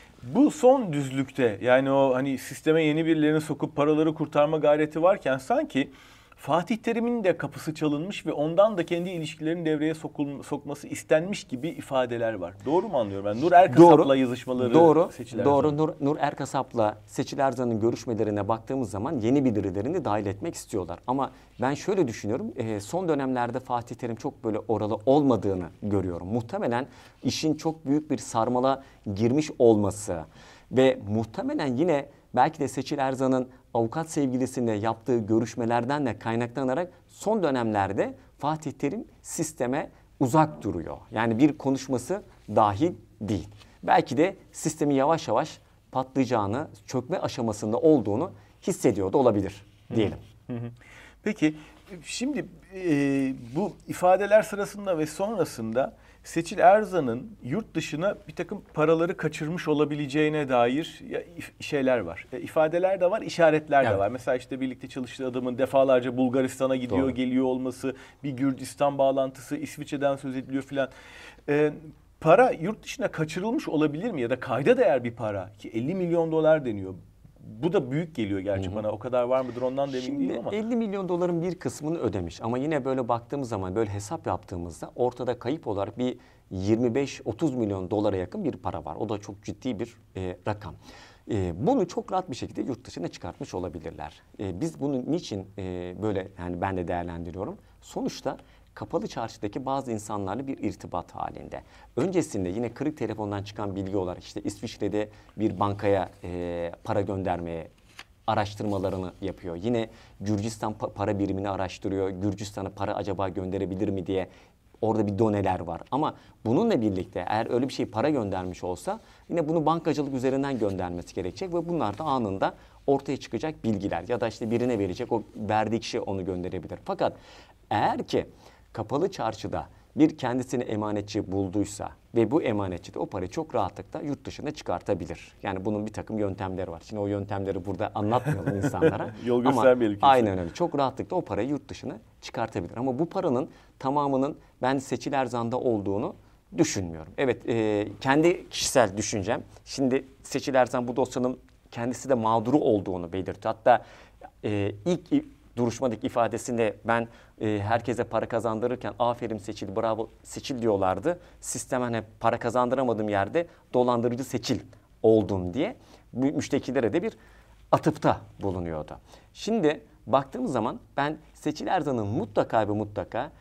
Bu son düzlükte yani o hani sisteme yeni birilerini sokup paraları kurtarma gayreti varken sanki Fatih Terim'in de kapısı çalınmış ve ondan da kendi ilişkilerini devreye sokul, sokması istenmiş gibi ifadeler var. Doğru mu anlıyorum ben? Nur Erkasap'la yazışmaları Doğru, Seçil doğru. Nur, Nur Erkasap'la Seçil Erzan'ın görüşmelerine baktığımız zaman yeni birilerini dahil etmek istiyorlar. Ama ben şöyle düşünüyorum, e, son dönemlerde Fatih Terim çok böyle oralı olmadığını görüyorum. Muhtemelen işin çok büyük bir sarmala girmiş olması ve muhtemelen yine belki de Seçil Erzan'ın avukat sevgilisiyle yaptığı görüşmelerden de kaynaklanarak son dönemlerde Fatih Terim sisteme uzak duruyor. Yani bir konuşması dahil değil. Belki de sistemi yavaş yavaş patlayacağını, çökme aşamasında olduğunu hissediyor da olabilir diyelim. Hı hı. Peki şimdi e, bu ifadeler sırasında ve sonrasında Seçil Erzan'ın yurt dışına bir takım paraları kaçırmış olabileceğine dair şeyler var. E, ifadeler de var, işaretler evet. de var. Mesela işte birlikte çalıştığı adamın defalarca Bulgaristan'a gidiyor, Doğru. geliyor olması, bir Gürcistan bağlantısı, İsviçre'den söz ediliyor filan. E, para yurt dışına kaçırılmış olabilir mi? Ya da kayda değer bir para ki elli milyon dolar deniyor. Bu da büyük geliyor gerçi Hı-hı. bana. O kadar var mıdır ondan da emin Şimdi değilim ama. elli milyon doların bir kısmını ödemiş. Ama yine böyle baktığımız zaman böyle hesap yaptığımızda ortada kayıp olarak bir yirmi beş otuz milyon dolara yakın bir para var. O da çok ciddi bir e, rakam. E, bunu çok rahat bir şekilde yurt dışına çıkartmış olabilirler. E, biz bunu niçin e, böyle yani ben de değerlendiriyorum. Sonuçta kapalı çarşıdaki bazı insanlarla bir irtibat halinde. Öncesinde yine kırık telefondan çıkan bilgi olarak işte İsviçre'de bir bankaya e, para göndermeye araştırmalarını yapıyor. Yine Gürcistan pa- para birimini araştırıyor. Gürcistan'a para acaba gönderebilir mi diye orada bir doneler var. Ama bununla birlikte eğer öyle bir şey para göndermiş olsa yine bunu bankacılık üzerinden göndermesi gerekecek ve bunlar da anında ortaya çıkacak bilgiler ya da işte birine verecek o verdiği kişi onu gönderebilir. Fakat eğer ki kapalı çarşıda bir kendisini emanetçi bulduysa ve bu emanetçi de o parayı çok rahatlıkla yurt dışına çıkartabilir. Yani bunun bir takım yöntemleri var. Şimdi o yöntemleri burada anlatmayalım insanlara. Yol Ama göstermeyelim kimseye. aynen öyle. Çok rahatlıkla o parayı yurt dışına çıkartabilir. Ama bu paranın tamamının ben Seçil Erzan'da olduğunu düşünmüyorum. Evet, e, kendi kişisel düşüncem. Şimdi Seçil Erzan bu dosyanın kendisi de mağduru olduğunu belirtiyor. Hatta e, ilk duruşmadaki ifadesinde ben e, herkese para kazandırırken aferin Seçil, bravo Seçil diyorlardı. Sistemen hep para kazandıramadığım yerde dolandırıcı Seçil oldum diye bu müştekilere de bir atıfta bulunuyordu. Şimdi baktığımız zaman ben Seçil Erzan'ın mutlaka ve mutlaka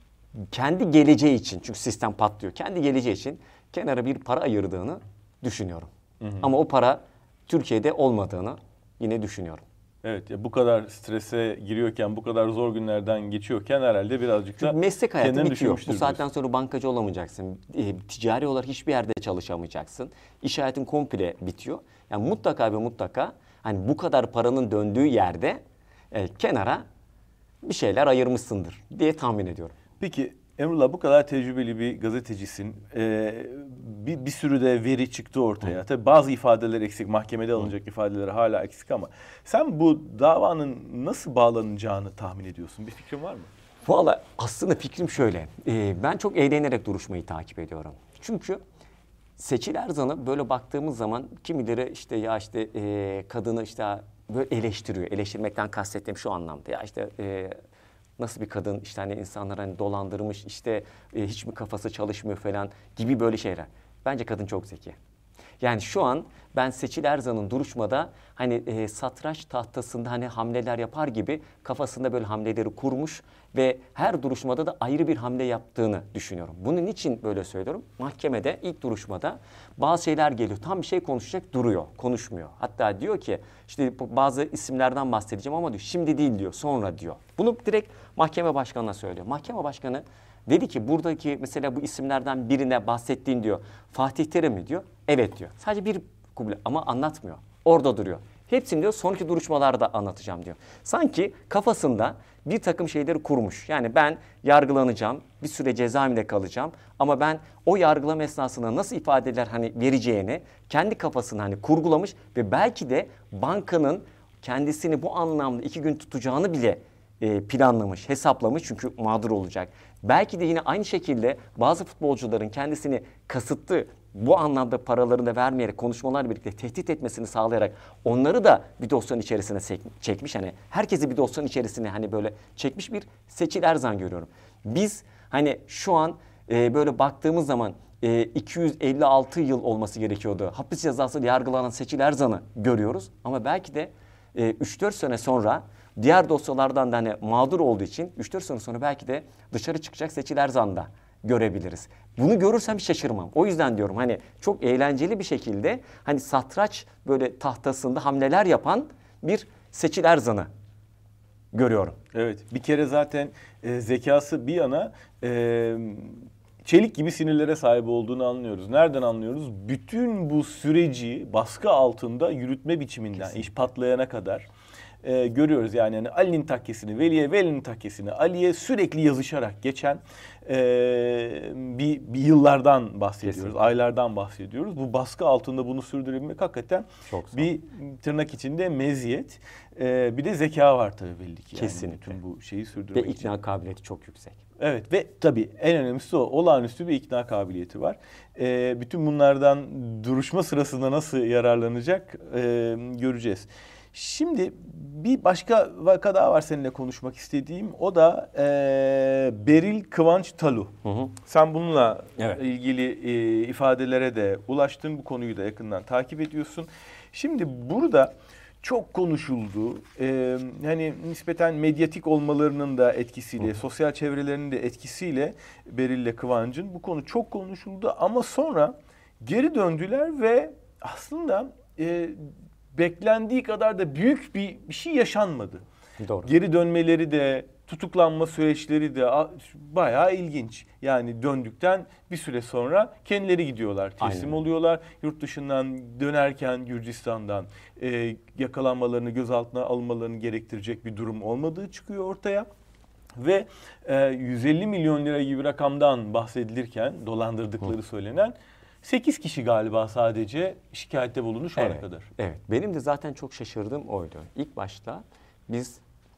kendi geleceği için çünkü sistem patlıyor. Kendi geleceği için kenara bir para ayırdığını düşünüyorum. Hı hı. Ama o para Türkiye'de olmadığını yine düşünüyorum. Evet ya bu kadar strese giriyorken, bu kadar zor günlerden geçiyorken herhalde birazcık da Çünkü meslek hayatı bitiyor. Bu saatten diyorsun. sonra bankacı olamayacaksın. E, ticari olarak hiçbir yerde çalışamayacaksın. İş hayatın komple bitiyor. Yani mutlaka ve mutlaka hani bu kadar paranın döndüğü yerde e, kenara bir şeyler ayırmışsındır diye tahmin ediyorum. Peki Emrullah, bu kadar tecrübeli bir gazetecisin. Ee, bir, bir sürü de veri çıktı ortaya. Hı. Tabii bazı ifadeler eksik, mahkemede alınacak Hı. ifadeler hala eksik ama sen bu davanın nasıl bağlanacağını tahmin ediyorsun? Bir fikrin var mı? Valla aslında fikrim şöyle. Ee, ben çok eğlenerek duruşmayı takip ediyorum. Çünkü Seçil Erzan'a böyle baktığımız zaman kimileri işte ya işte e, kadını işte böyle eleştiriyor. Eleştirmekten kastettiğim şu anlamda. Ya işte e, nasıl bir kadın işte hani insanları hani dolandırmış işte e, hiç mi kafası çalışmıyor falan gibi böyle şeyler. Bence kadın çok zeki. Yani şu an ben Seçil Erzan'ın duruşmada hani e, satranç tahtasında hani hamleler yapar gibi kafasında böyle hamleleri kurmuş ve her duruşmada da ayrı bir hamle yaptığını düşünüyorum. Bunun için böyle söylüyorum. Mahkemede ilk duruşmada bazı şeyler geliyor. Tam bir şey konuşacak, duruyor, konuşmuyor. Hatta diyor ki işte bazı isimlerden bahsedeceğim ama diyor şimdi değil diyor, sonra diyor. Bunu direkt mahkeme başkanına söylüyor. Mahkeme başkanı dedi ki buradaki mesela bu isimlerden birine bahsettiğin diyor Fatih Terim mi diyor. Evet diyor. Sadece bir kuble ama anlatmıyor. Orada duruyor. Hepsini diyor sonraki duruşmalarda anlatacağım diyor. Sanki kafasında bir takım şeyleri kurmuş. Yani ben yargılanacağım, bir süre cezaevinde kalacağım ama ben o yargılama esnasında nasıl ifadeler hani vereceğini kendi kafasında hani kurgulamış ve belki de bankanın kendisini bu anlamda iki gün tutacağını bile planlamış, hesaplamış çünkü mağdur olacak. Belki de yine aynı şekilde bazı futbolcuların kendisini kasıtlı bu anlamda paralarını da vermeyerek konuşmalarla birlikte tehdit etmesini sağlayarak onları da bir dosyanın içerisine çekmiş. Hani herkesi bir dosyanın içerisine hani böyle çekmiş bir Seçil Erzan görüyorum. Biz hani şu an e, böyle baktığımız zaman e, iki yüz elli altı yıl olması gerekiyordu. Hapis cezası yargılanan Seçil Erzan'ı görüyoruz ama belki de e, üç dört sene sonra diğer dosyalardan da hani mağdur olduğu için üç dört sene sonra belki de dışarı çıkacak Seçil Erzan'da görebiliriz. Bunu görürsem hiç şaşırmam. O yüzden diyorum hani çok eğlenceli bir şekilde hani satranç böyle tahtasında hamleler yapan bir Seçil Erzan'ı görüyorum. Evet, bir kere zaten e, zekası bir yana e, çelik gibi sinirlere sahip olduğunu anlıyoruz. Nereden anlıyoruz? Bütün bu süreci baskı altında yürütme biçiminden, Kesinlikle. iş patlayana kadar e, görüyoruz. Yani, yani Ali'nin takkesini, Veli'ye, Veli'nin takkesini, Ali'ye sürekli yazışarak geçen e, bir, bir yıllardan bahsediyoruz, Kesinlikle. aylardan bahsediyoruz. Bu baskı altında bunu sürdürebilmek hakikaten bir tırnak içinde meziyet. E, bir de zeka var tabii belli ki. Yani Kesinlikle. bütün bu şeyi sürdürmek Ve ikna için. kabiliyeti çok yüksek. Evet ve tabii en önemlisi o. Olağanüstü bir ikna kabiliyeti var. E, bütün bunlardan duruşma sırasında nasıl yararlanacak e, göreceğiz. Şimdi bir başka vaka daha var seninle konuşmak istediğim. O da e, Beril Kıvanç Talu. Hı hı. Sen bununla evet. ilgili e, ifadelere de ulaştın. Bu konuyu da yakından takip ediyorsun. Şimdi burada çok konuşuldu. Ee, hani nispeten medyatik olmalarının da etkisiyle, Hı. sosyal çevrelerinin de etkisiyle Beril'le Kıvanç'ın bu konu çok konuşuldu. Ama sonra geri döndüler ve aslında e, beklendiği kadar da büyük bir, bir şey yaşanmadı. Doğru. Geri dönmeleri de, tutuklanma süreçleri de bayağı ilginç. Yani döndükten bir süre sonra kendileri gidiyorlar, teslim Aynen. oluyorlar. Yurt dışından dönerken Gürcistan'dan e, yakalanmalarını, gözaltına alınmalarını gerektirecek bir durum olmadığı çıkıyor ortaya. Ve e, yüz elli milyon lira gibi rakamdan bahsedilirken dolandırdıkları Hı. söylenen sekiz kişi galiba sadece şikayette bulundu şu evet, ana kadar. Evet, benim de zaten çok şaşırdığım oydu. İlk başta biz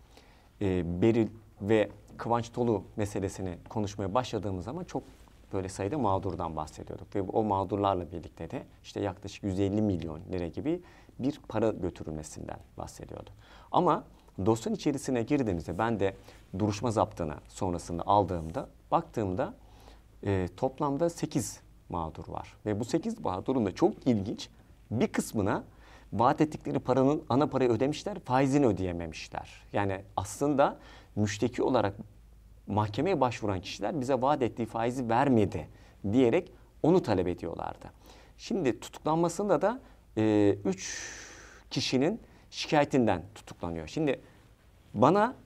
e, Beril ve Kıvanç Tolu meselesini konuşmaya başladığımız zaman çok böyle sayıda mağdurdan bahsediyorduk. Ve o mağdurlarla birlikte de işte yaklaşık yüz elli milyon lira gibi bir para götürülmesinden bahsediyordu. Ama dosyanın içerisine girdiğimizde ben de duruşma zaptını sonrasında aldığımda baktığımda e, toplamda sekiz mağdur var. Ve bu sekiz mağdurun da çok ilginç bir kısmına vaat ettikleri paranın ana parayı ödemişler, faizini ödeyememişler. Yani aslında müşteki olarak mahkemeye başvuran kişiler bize vaat ettiği faizi vermedi diyerek onu talep ediyorlardı. Şimdi tutuklanmasında da e, üç kişinin şikayetinden tutuklanıyor. Şimdi bana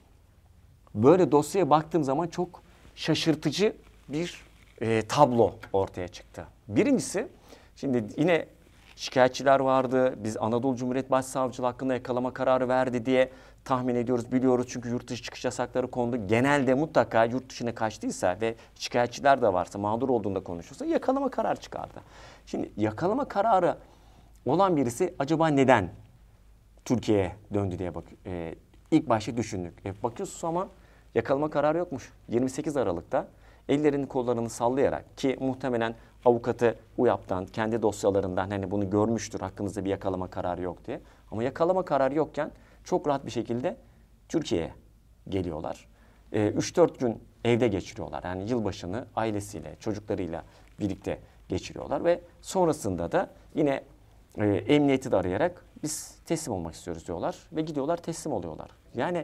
böyle dosyaya baktığım zaman çok şaşırtıcı bir e, tablo ortaya çıktı. Birincisi, şimdi yine şikayetçiler vardı. Biz Anadolu Cumhuriyet Başsavcılığı hakkında yakalama kararı verdi diye tahmin ediyoruz, biliyoruz. Çünkü yurt dışı çıkış yasakları kondu. Genelde mutlaka yurt dışına kaçtıysa ve şikayetçiler de varsa, mağdur olduğunda konuşursa yakalama kararı çıkardı. Şimdi yakalama kararı olan birisi acaba neden Türkiye'ye döndü diye bak. E, ilk başta düşündük. E, bakıyorsun ama yakalama kararı yokmuş. yirmi sekiz Aralık'ta ellerini kollarını sallayarak, ki muhtemelen avukatı UYAP'tan, kendi dosyalarından hani bunu görmüştür, hakkınızda bir yakalama kararı yok diye. Ama yakalama kararı yokken çok rahat bir şekilde Türkiye'ye geliyorlar. E, üç dört gün evde geçiriyorlar. Yani yılbaşını ailesiyle, çocuklarıyla birlikte geçiriyorlar ve sonrasında da yine e, emniyeti de arayarak biz teslim olmak istiyoruz diyorlar ve gidiyorlar, teslim oluyorlar. Yani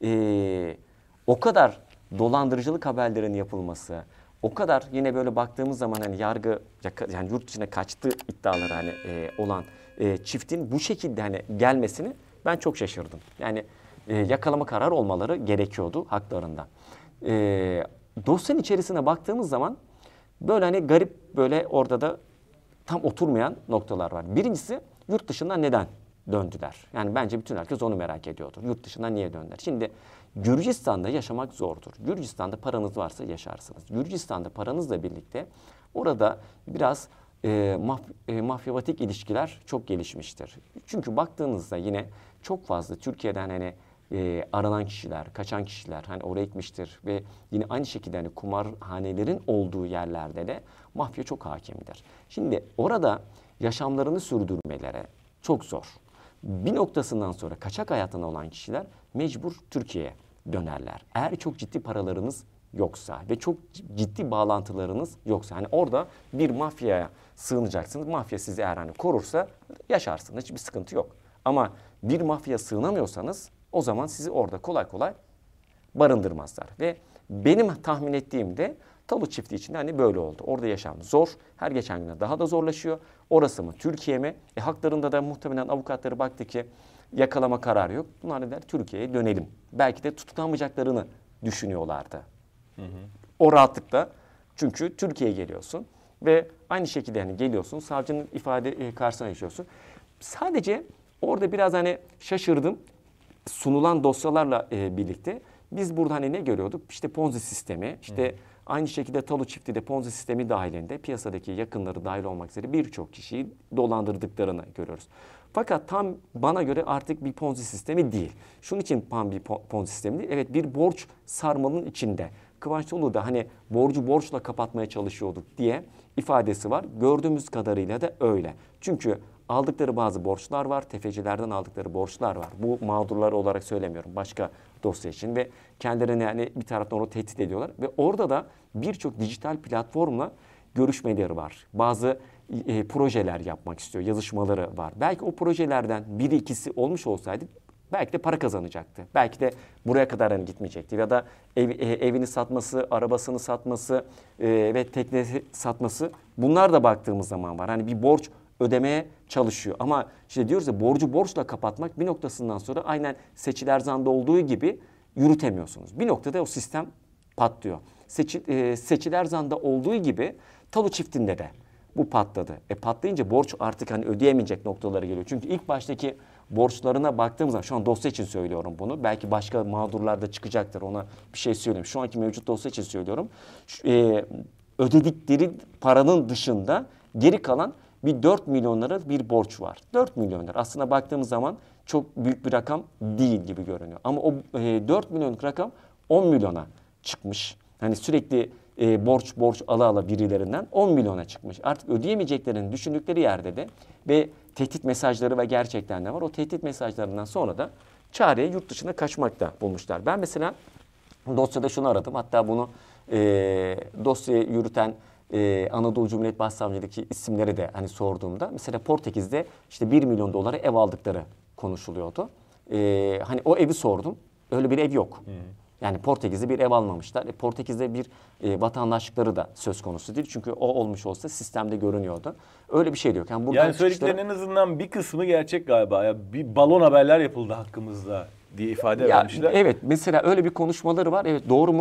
e, o kadar dolandırıcılık haberlerinin yapılması, o kadar yine böyle baktığımız zaman hani yargı, yani yurt dışına kaçtı iddiaları hani e, olan e, çiftin bu şekilde hani gelmesini ben çok şaşırdım. Yani e, yakalama kararı olmaları gerekiyordu haklarında. E, dosyanın içerisine baktığımız zaman böyle hani garip, böyle orada da tam oturmayan noktalar var. Birincisi, yurt dışından neden döndüler? Yani bence bütün herkes onu merak ediyordur. Yurt dışından niye döndüler? Şimdi Gürcistan'da yaşamak zordur. Gürcistan'da paranız varsa yaşarsınız. Gürcistan'da paranızla birlikte orada biraz e, maf e, mafyavatik ilişkiler çok gelişmiştir. Çünkü baktığınızda yine çok fazla Türkiye'den hani e, aranan kişiler, kaçan kişiler hani oraya gitmiştir ve yine aynı şekilde hani kumarhanelerin olduğu yerlerde de mafya çok hakimdir. Şimdi orada yaşamlarını sürdürmeleri çok zor. Bir noktasından sonra kaçak hayatına olan kişiler mecbur Türkiye'ye dönerler. Eğer çok ciddi paralarınız yoksa ve çok ciddi bağlantılarınız yoksa, hani orada bir mafyaya sığınacaksınız. Mafya sizi eğer hani korursa yaşarsınız, hiçbir sıkıntı yok. Ama bir mafyaya sığınamıyorsanız o zaman sizi orada kolay kolay barındırmazlar. Ve benim tahmin ettiğimde Talu çiftliği içinde hani böyle oldu. Orada yaşam zor. Her geçen güne daha da zorlaşıyor. Orası mı, Türkiye mi? E, haklarında da muhtemelen avukatları baktı ki yakalama kararı yok. Bunlar ne der? Türkiye'ye dönelim. Belki de tutuklamayacaklarını düşünüyorlardı. Hı hı. O rahatlıkla, çünkü Türkiye'ye geliyorsun ve aynı şekilde yani geliyorsun, savcının ifade karşısına yaşıyorsun. Sadece orada biraz hani şaşırdım. Sunulan dosyalarla e, birlikte biz burada hani ne görüyorduk? İşte Ponzi sistemi, işte hı. aynı şekilde Talu çiftliği de Ponzi sistemi dahilinde piyasadaki yakınları dahil olmak üzere birçok kişiyi dolandırdıklarını görüyoruz. Fakat tam bana göre artık bir Ponzi sistemi değil. Şunun için tam bir Ponzi sistemi değil. Evet, bir borç sarmalının içinde. Kıvanç Tatlıtuğ da hani borcu borçla kapatmaya çalışıyorduk diye ifadesi var. Gördüğümüz kadarıyla da öyle. Çünkü aldıkları bazı borçlar var. Tefecilerden aldıkları borçlar var. Bu mağdurlar olarak söylemiyorum. Başka dosya için ve kendilerini yani bir taraftan onu tehdit ediyorlar. Ve orada da birçok dijital platformla görüşmeleri var. Bazı e, projeler yapmak istiyor. Yazışmaları var. Belki o projelerden biri ikisi olmuş olsaydı belki de para kazanacaktı. Belki de buraya kadar hani gitmeyecekti. Ya da ev, e, evini satması, arabasını satması e, ve teknesi satması, bunlar da baktığımız zaman var. Hani bir borç ödemeye çalışıyor. Ama işte diyoruz ya, borcu borçla kapatmak bir noktasından sonra aynen Seçil Erzan'da olduğu gibi yürütemiyorsunuz. Bir noktada o sistem patlıyor. Seçil, e, Seçil Erzan'da olduğu gibi Talu çiftinde de bu patladı. E patlayınca borç artık hani ödeyemeyecek noktalara geliyor. Çünkü ilk baştaki borçlarına baktığımız zaman, şu an dosya için söylüyorum bunu. Belki başka mağdurlar da çıkacaktır, ona bir şey söyleyeyim. Şu anki mevcut dosya için söylüyorum. Şu, e, ödedikleri paranın dışında geri kalan bir dört milyon lira bir borç var. dört milyon lira. Aslında baktığımız zaman çok büyük bir rakam değil gibi görünüyor. Ama o e, dört milyonluk rakam on milyona çıkmış. Hani sürekli e, borç borç ala ala birilerinden on milyona çıkmış. Artık ödeyemeyeceklerini düşündükleri yerde de ve tehdit mesajları ve gerçekten de var. O tehdit mesajlarından sonra da çareye yurt dışına kaçmakta bulmuşlar. Ben mesela dosyada şunu aradım. Hatta bunu e, dosyayı yürüten Ee, Anadolu Cumhuriyet Başsavcılığı'ndaki isimleri de hani sorduğumda, mesela Portekiz'de işte bir milyon dolara ev aldıkları konuşuluyordu. Ee, hani o evi sordum. Öyle bir ev yok. Hmm. Yani Portekiz'de bir ev almamışlar. E, Portekiz'de bir e, vatandaşlıkları da söz konusu değil. Çünkü o olmuş olsa sistemde görünüyordu. Öyle bir şey de yok. Yani, yani söylediklerinin çıkışları... en azından bir kısmı gerçek galiba. Ya bir balon haberler yapıldı hakkımızda diye ifade ya, vermişler. Evet, mesela öyle bir konuşmaları var. Evet, doğru mu?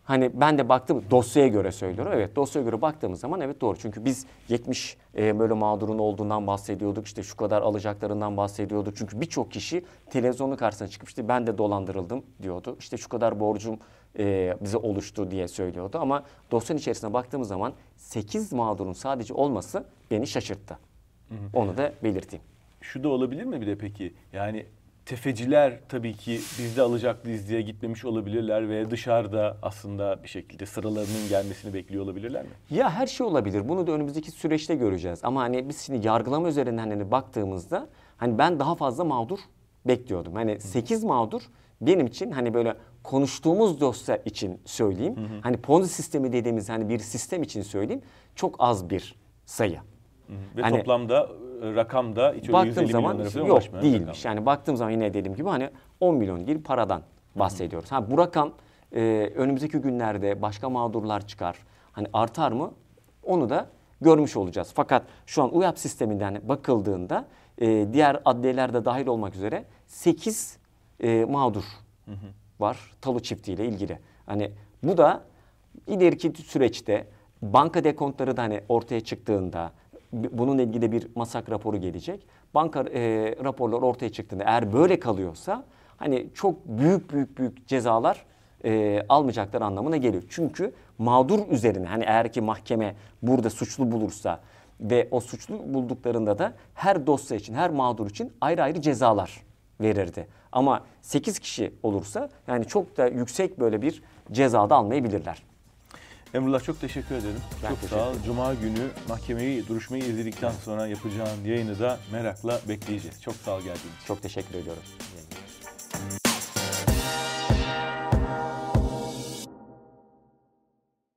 Hani ben de baktım, dosyaya göre söylüyorum. Evet, dosyaya göre baktığımız zaman evet doğru. Çünkü biz yetmiş e, böyle mağdurun olduğundan bahsediyorduk. İşte şu kadar alacaklarından bahsediyorduk. Çünkü birçok kişi televizyonun karşısına çıkıp işte ben de dolandırıldım diyordu. İşte şu kadar borcum e, bize oluştu diye söylüyordu. Ama dosyanın içerisine baktığımız zaman sekiz mağdurun sadece olması beni şaşırttı. Hı hı. Onu da belirteyim. Şu da olabilir mi bir de peki? Yani tefeciler tabii ki biz de alacaklıyız diye gitmemiş olabilirler ve dışarıda aslında bir şekilde sıralarının gelmesini bekliyor olabilirler mi? Ya her şey olabilir. Bunu da önümüzdeki süreçte göreceğiz. Ama hani biz şimdi yargılama üzerinden hani baktığımızda hani ben daha fazla mağdur bekliyordum. Hani sekiz mağdur benim için hani böyle konuştuğumuz dosya için söyleyeyim. Hı hı. Hani Ponzi sistemi dediğimiz hani bir sistem için söyleyeyim. Çok az bir sayı. Hı hı. Ve hani, toplamda rakamda hiç öyle yüz elli milyon lira falan yok rakam. değilmiş. Yani baktığım zaman yine dediğim gibi hani on milyon gibi paradan bahsediyoruz. Hı hı. Ha, bu rakam e, önümüzdeki günlerde başka mağdurlar çıkar. Hani artar mı? Onu da görmüş olacağız. Fakat şu an UYAP sisteminden bakıldığında e, diğer adliyeler de dahil olmak üzere sekiz e, mağdur hı hı. var talu çiftiyle ilgili. Hani bu da ileriki süreçte banka dekontları da hani ortaya çıktığında bununla ilgili bir masak raporu gelecek. Banka e, raporlar ortaya çıktığında eğer böyle kalıyorsa hani çok büyük büyük büyük cezalar e, almayacaklar anlamına geliyor. Çünkü mağdur üzerine hani eğer ki mahkeme burada suçlu bulursa ve o suçlu bulduklarında da her dosya için, her mağdur için ayrı ayrı cezalar verirdi. Ama sekiz kişi olursa yani çok da yüksek böyle bir ceza da almayabilirler. Emrullah çok teşekkür ederim. Ben çok teşekkür sağ ol. ederim. Cuma günü mahkemeyi, duruşmayı izledikten sonra yapacağın yayını da merakla bekleyeceğiz. Çok sağ ol geldiğin için. Çok teşekkür ediyorum.